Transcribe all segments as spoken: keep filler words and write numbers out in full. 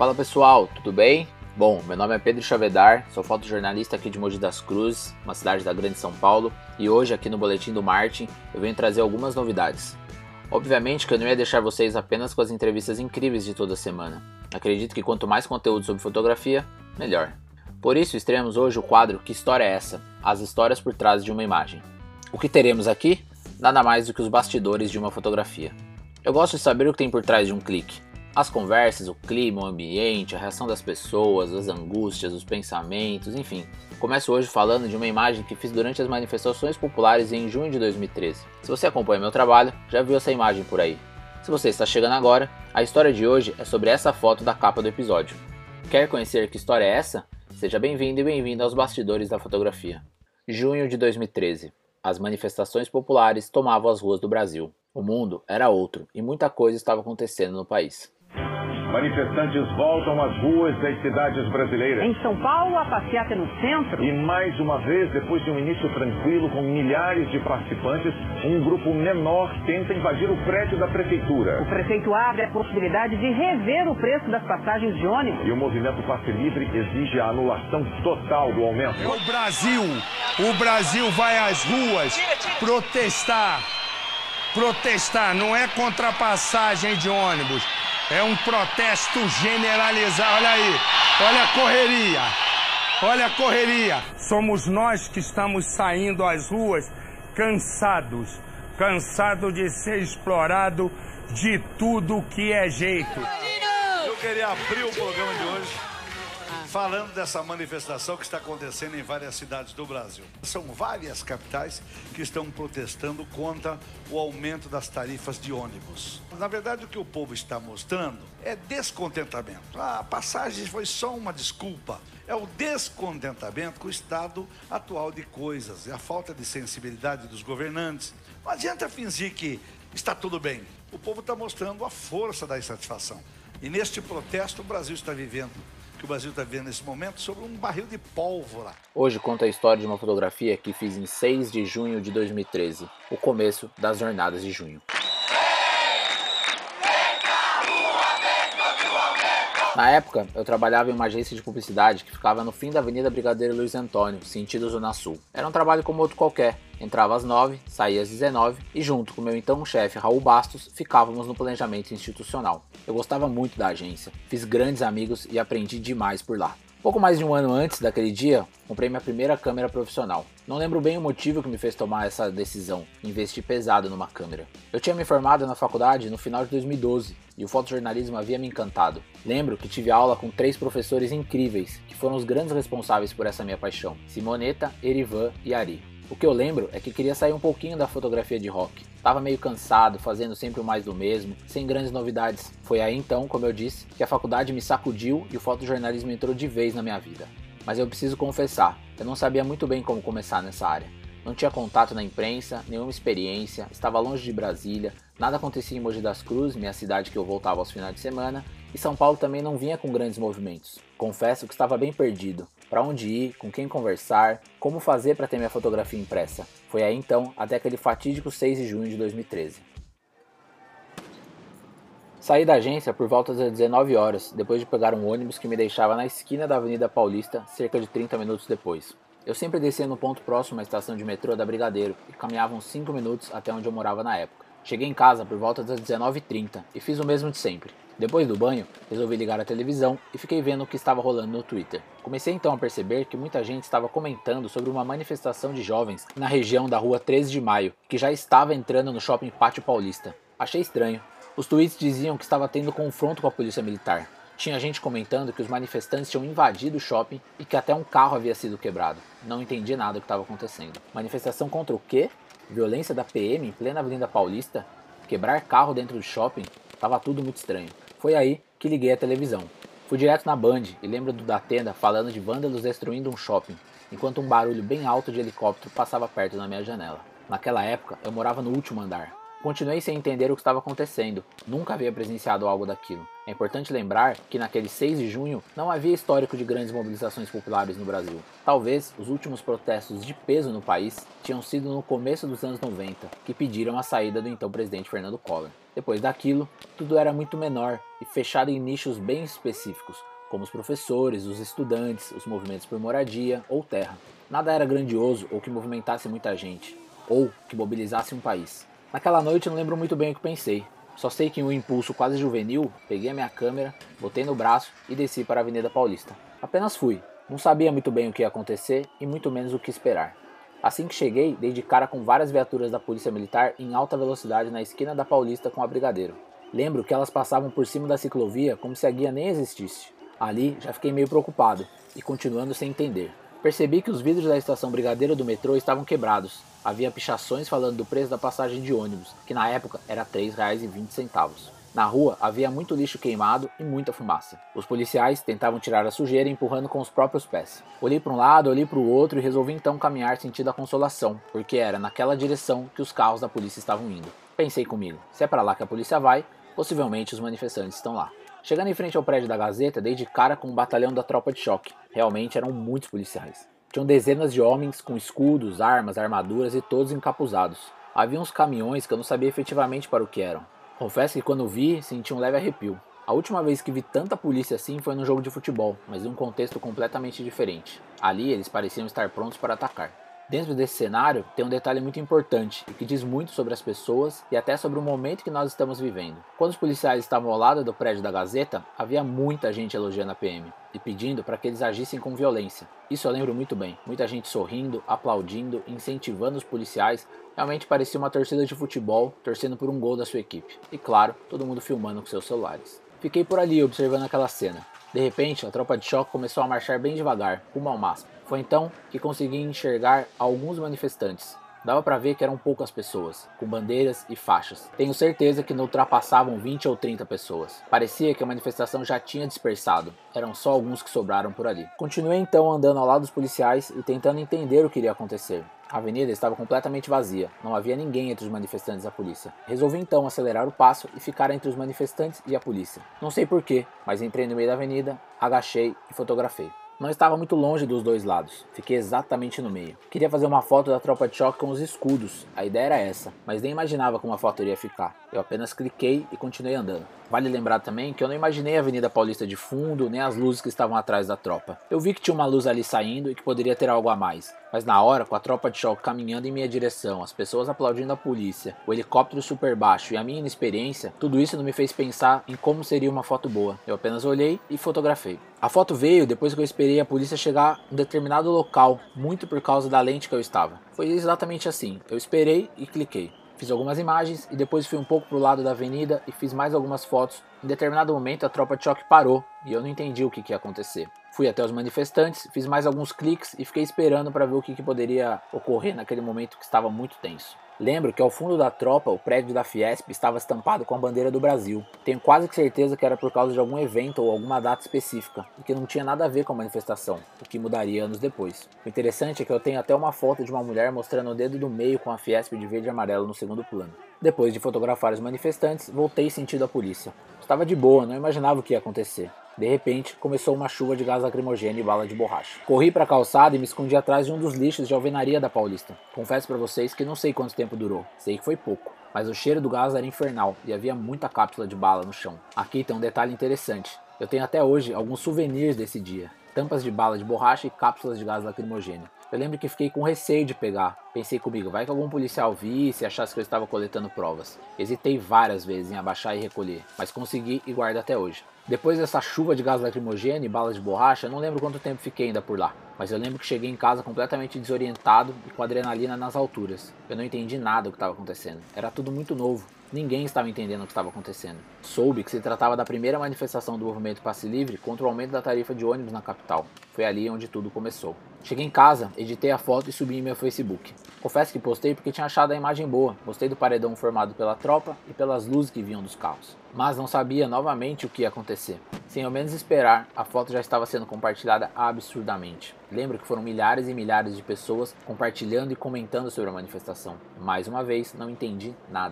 Fala pessoal, tudo bem? Bom, meu nome é Pedro Chavedar, sou fotojornalista aqui de Mogi das Cruzes, uma cidade da Grande São Paulo, e hoje aqui no Boletim do Martin eu venho trazer algumas novidades. Obviamente que eu não ia deixar vocês apenas com as entrevistas incríveis de toda semana. Acredito que quanto mais conteúdo sobre fotografia, melhor. Por isso estreamos hoje o quadro Que História é Essa? As histórias por trás de uma imagem. O que teremos aqui? Nada mais do que os bastidores de uma fotografia. Eu gosto de saber o que tem por trás de um clique. As conversas, o clima, o ambiente, a reação das pessoas, as angústias, os pensamentos, enfim. Começo hoje falando de uma imagem que fiz durante as manifestações populares em junho de dois mil e treze. Se você acompanha meu trabalho, já viu essa imagem por aí. Se você está chegando agora, a história de hoje é sobre essa foto da capa do episódio. Quer conhecer que história é essa? Seja bem-vindo e bem-vindo aos bastidores da fotografia. Junho de dois mil e treze. As manifestações populares tomavam as ruas do Brasil. O mundo era outro e muita coisa estava acontecendo no país. Manifestantes voltam às ruas das cidades brasileiras. Em São Paulo, a passeata no centro. E mais uma vez, depois de um início tranquilo com milhares de participantes, um grupo menor tenta invadir o prédio da prefeitura. O prefeito abre a possibilidade de rever o preço das passagens de ônibus. E o movimento Passe Livre exige a anulação total do aumento. O Brasil, o Brasil vai às ruas protestar. Protestar não é contra a passagem de ônibus. É um protesto generalizado. Olha aí, olha a correria, olha a correria. Somos nós que estamos saindo às ruas cansados, cansados de ser explorado de tudo que é jeito. Eu queria abrir o programa de hoje falando dessa manifestação que está acontecendo em várias cidades do Brasil. São várias capitais que estão protestando contra o aumento das tarifas de ônibus. Na verdade, o que o povo está mostrando é descontentamento. A passagem foi só uma desculpa. É o descontentamento com o estado atual de coisas, é a falta de sensibilidade dos governantes. Não adianta fingir que está tudo bem. O povo está mostrando a força da insatisfação. E neste protesto, o Brasil está vivendo que o Brasil está vendo nesse momento sobre um barril de pólvora. Hoje conta a história de uma fotografia que fiz em seis de junho de dois mil e treze, o começo das jornadas de junho. Na época, eu trabalhava em uma agência de publicidade que ficava no fim da Avenida Brigadeiro Luiz Antônio, sentido Zona Sul. Era um trabalho como outro qualquer. Entrava às nove, saía às dezenove e junto com meu então chefe Raul Bastos, ficávamos no planejamento institucional. Eu gostava muito da agência, fiz grandes amigos e aprendi demais por lá. Pouco mais de um ano antes daquele dia, comprei minha primeira câmera profissional. Não lembro bem o motivo que me fez tomar essa decisão, investir pesado numa câmera. Eu tinha me formado na faculdade no final de dois mil e doze e o fotojornalismo havia me encantado. Lembro que tive aula com três professores incríveis, que foram os grandes responsáveis por essa minha paixão: Simoneta, Erivan e Ari. O que eu lembro é que queria sair um pouquinho da fotografia de rock. Tava meio cansado, fazendo sempre o mais do mesmo, sem grandes novidades. Foi aí então, como eu disse, que a faculdade me sacudiu e o fotojornalismo entrou de vez na minha vida. Mas eu preciso confessar, eu não sabia muito bem como começar nessa área. Não tinha contato na imprensa, nenhuma experiência, estava longe de Brasília, nada acontecia em Mogi das Cruzes, minha cidade que eu voltava aos finais de semana, e São Paulo também não vinha com grandes movimentos. Confesso que estava bem perdido. Para onde ir, com quem conversar, como fazer para ter minha fotografia impressa. Foi aí então, até aquele fatídico seis de junho de dois mil e treze. Saí da agência por volta das dezenove horas, depois de pegar um ônibus que me deixava na esquina da Avenida Paulista, cerca de trinta minutos depois. Eu sempre descia no ponto próximo à estação de metrô da Brigadeiro e caminhava uns cinco minutos até onde eu morava na época. Cheguei em casa por volta das dezenove e trinta e fiz o mesmo de sempre. Depois do banho, resolvi ligar a televisão e fiquei vendo o que estava rolando no Twitter. Comecei então a perceber que muita gente estava comentando sobre uma manifestação de jovens na região da rua treze de maio, que já estava entrando no shopping Pátio Paulista. Achei estranho. Os tweets diziam que estava tendo confronto com a polícia militar. Tinha gente comentando que os manifestantes tinham invadido o shopping e que até um carro havia sido quebrado. Não entendi nada do que estava acontecendo. Manifestação contra o quê? Violência da P M em plena Avenida Paulista? Quebrar carro dentro do shopping? Tava tudo muito estranho. Foi aí que liguei a televisão. Fui direto na Band e lembro do Datena falando de vândalos destruindo um shopping, enquanto um barulho bem alto de helicóptero passava perto da minha janela. Naquela época, eu morava no último andar. Continuei sem entender o que estava acontecendo, nunca havia presenciado algo daquilo. É importante lembrar que naquele seis de junho não havia histórico de grandes mobilizações populares no Brasil. Talvez os últimos protestos de peso no país tinham sido no começo dos anos noventa, que pediram a saída do então presidente Fernando Collor. Depois daquilo, tudo era muito menor e fechado em nichos bem específicos, como os professores, os estudantes, os movimentos por moradia ou terra. Nada era grandioso ou que movimentasse muita gente, ou que mobilizasse um país. Naquela noite eu não lembro muito bem o que pensei. Só sei que em um impulso quase juvenil, peguei a minha câmera, botei no braço e desci para a Avenida Paulista. Apenas fui. Não sabia muito bem o que ia acontecer e muito menos o que esperar. Assim que cheguei, dei de cara com várias viaturas da Polícia Militar em alta velocidade na esquina da Paulista com a Brigadeiro. Lembro que elas passavam por cima da ciclovia como se a guia nem existisse. Ali já fiquei meio preocupado e continuando sem entender. Percebi que os vidros da estação Brigadeiro do metrô estavam quebrados. Havia pichações falando do preço da passagem de ônibus, que na época era três reais e vinte centavos. Na rua havia muito lixo queimado e muita fumaça. Os policiais tentavam tirar a sujeira empurrando com os próprios pés. Olhei para um lado, olhei para o outro e resolvi então caminhar sentido a Consolação, porque era naquela direção que os carros da polícia estavam indo. Pensei comigo, se é para lá que a polícia vai, possivelmente os manifestantes estão lá. Chegando em frente ao prédio da Gazeta, dei de cara com um batalhão da tropa de choque. Realmente eram muitos policiais. Tinham dezenas de homens com escudos, armas, armaduras e todos encapuzados. Havia uns caminhões que eu não sabia efetivamente para o que eram. Confesso que quando vi, senti um leve arrepio. A última vez que vi tanta polícia assim foi num jogo de futebol, mas em um contexto completamente diferente. Ali eles pareciam estar prontos para atacar. Dentro desse cenário, tem um detalhe muito importante e que diz muito sobre as pessoas e até sobre o momento que nós estamos vivendo. Quando os policiais estavam ao lado do prédio da Gazeta, havia muita gente elogiando a P M e pedindo para que eles agissem com violência. Isso eu lembro muito bem. Muita gente sorrindo, aplaudindo, incentivando os policiais. Realmente parecia uma torcida de futebol, torcendo por um gol da sua equipe. E claro, todo mundo filmando com seus celulares. Fiquei por ali observando aquela cena. De repente, a tropa de choque começou a marchar bem devagar, rumo ao MASP. Foi então que consegui enxergar alguns manifestantes. Dava para ver que eram poucas pessoas, com bandeiras e faixas. Tenho certeza que não ultrapassavam vinte ou trinta pessoas. Parecia que a manifestação já tinha dispersado. Eram só alguns que sobraram por ali. Continuei então andando ao lado dos policiais e tentando entender o que iria acontecer. A avenida estava completamente vazia, não havia ninguém entre os manifestantes e a polícia. Resolvi então acelerar o passo e ficar entre os manifestantes e a polícia. Não sei porquê, mas entrei no meio da avenida, agachei e fotografei. Não estava muito longe dos dois lados, fiquei exatamente no meio. Queria fazer uma foto da tropa de choque com os escudos, a ideia era essa, mas nem imaginava como a foto iria ficar. Eu apenas cliquei e continuei andando. Vale lembrar também que eu não imaginei a Avenida Paulista de fundo, nem as luzes que estavam atrás da tropa. Eu vi que tinha uma luz ali saindo e que poderia ter algo a mais. Mas na hora, com a tropa de choque caminhando em minha direção, as pessoas aplaudindo a polícia, o helicóptero super baixo e a minha inexperiência, tudo isso não me fez pensar em como seria uma foto boa. Eu apenas olhei e fotografei. A foto veio depois que eu esperei a polícia chegar em um determinado local, muito por causa da lente que eu estava. Foi exatamente assim, eu esperei e cliquei. Fiz algumas imagens e depois fui um pouco para o lado da avenida e fiz mais algumas fotos. Em determinado momento a tropa de choque parou e eu não entendi o que, que ia acontecer. Fui até os manifestantes, fiz mais alguns cliques e fiquei esperando para ver o que, que poderia ocorrer naquele momento que estava muito tenso. Lembro que ao fundo da tropa, o prédio da Fiesp estava estampado com a bandeira do Brasil. Tenho quase que certeza que era por causa de algum evento ou alguma data específica, e que não tinha nada a ver com a manifestação, o que mudaria anos depois. O interessante é que eu tenho até uma foto de uma mulher mostrando o dedo do meio com a Fiesp de verde e amarelo no segundo plano. Depois de fotografar os manifestantes, voltei sentido a polícia. Estava de boa, não imaginava o que ia acontecer. De repente, começou uma chuva de gás lacrimogêneo e bala de borracha. Corri para a calçada e me escondi atrás de um dos lixos de alvenaria da Paulista. Confesso para vocês que não sei quanto tempo durou. Sei que foi pouco. Mas o cheiro do gás era infernal e havia muita cápsula de bala no chão. Aqui tem um detalhe interessante. Eu tenho até hoje alguns souvenirs desse dia. Tampas de bala de borracha e cápsulas de gás lacrimogêneo. Eu lembro que fiquei com receio de pegar. Pensei comigo, vai que algum policial visse e achasse que eu estava coletando provas. Hesitei várias vezes em abaixar e recolher, mas consegui e guardo até hoje. Depois dessa chuva de gás lacrimogêneo e balas de borracha, eu não lembro quanto tempo fiquei ainda por lá. Mas eu lembro que cheguei em casa completamente desorientado e com adrenalina nas alturas. Eu não entendi nada do que estava acontecendo. Era tudo muito novo. Ninguém estava entendendo o que estava acontecendo. Soube que se tratava da primeira manifestação do movimento Passe Livre contra o aumento da tarifa de ônibus na capital. Foi ali onde tudo começou. Cheguei em casa, editei a foto e subi em meu Facebook. Confesso que postei porque tinha achado a imagem boa. Gostei do paredão formado pela tropa e pelas luzes que vinham dos carros. Mas não sabia novamente o que ia acontecer. Sem ao menos esperar, a foto já estava sendo compartilhada absurdamente. Lembro que foram milhares e milhares de pessoas compartilhando e comentando sobre a manifestação. Mais uma vez, não entendi nada.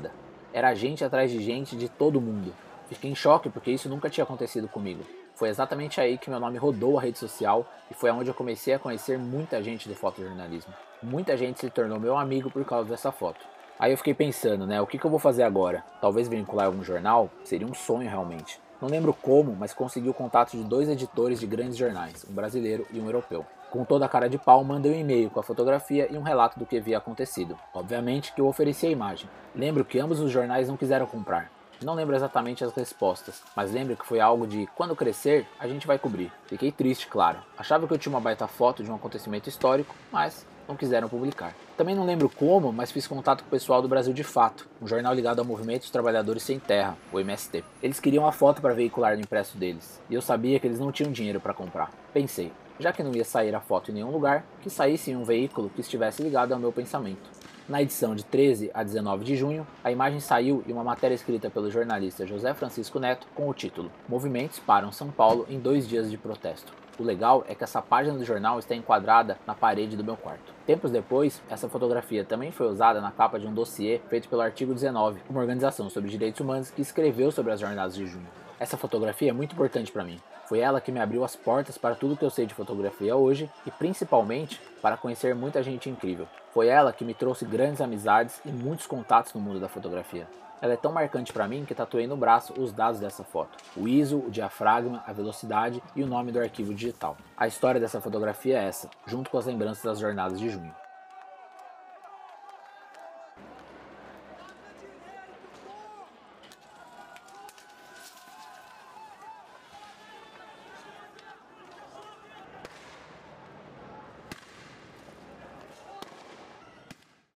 Era gente atrás de gente de todo mundo. Fiquei em choque porque isso nunca tinha acontecido comigo. Foi exatamente aí que meu nome rodou a rede social e foi onde eu comecei a conhecer muita gente do fotojornalismo. Muita gente se tornou meu amigo por causa dessa foto. Aí eu fiquei pensando, né, o que, que eu vou fazer agora? Talvez vincular algum jornal? Seria um sonho realmente. Não lembro como, mas consegui o contato de dois editores de grandes jornais, um brasileiro e um europeu. Com toda a cara de pau, mandei um e-mail com a fotografia e um relato do que havia acontecido. Obviamente que eu ofereci a imagem. Lembro que ambos os jornais não quiseram comprar. Não lembro exatamente as respostas, mas lembro que foi algo de quando crescer, a gente vai cobrir. Fiquei triste, claro. Achava que eu tinha uma baita foto de um acontecimento histórico, mas não quiseram publicar. Também não lembro como, mas fiz contato com o pessoal do Brasil de Fato, um jornal ligado ao Movimento dos Trabalhadores Sem Terra, o M S T. Eles queriam a foto para veicular no impresso deles, e eu sabia que eles não tinham dinheiro para comprar. Pensei, já que não ia sair a foto em nenhum lugar, que saísse em um veículo que estivesse ligado ao meu pensamento. Na edição de treze a dezenove de junho, a imagem saiu em uma matéria escrita pelo jornalista José Francisco Neto com o título Movimentos param São Paulo em dois dias de protesto. O legal é que essa página do jornal está enquadrada na parede do meu quarto. Tempos depois, essa fotografia também foi usada na capa de um dossiê feito pelo Artigo dezenove, uma organização sobre direitos humanos que escreveu sobre as jornadas de junho. Essa fotografia é muito importante para mim. Foi ela que me abriu as portas para tudo que eu sei de fotografia hoje e principalmente para conhecer muita gente incrível. Foi ela que me trouxe grandes amizades e muitos contatos no mundo da fotografia. Ela é tão marcante para mim que tatuei no braço os dados dessa foto. O I S O, o diafragma, a velocidade e o nome do arquivo digital. A história dessa fotografia é essa, junto com as lembranças das jornadas de junho.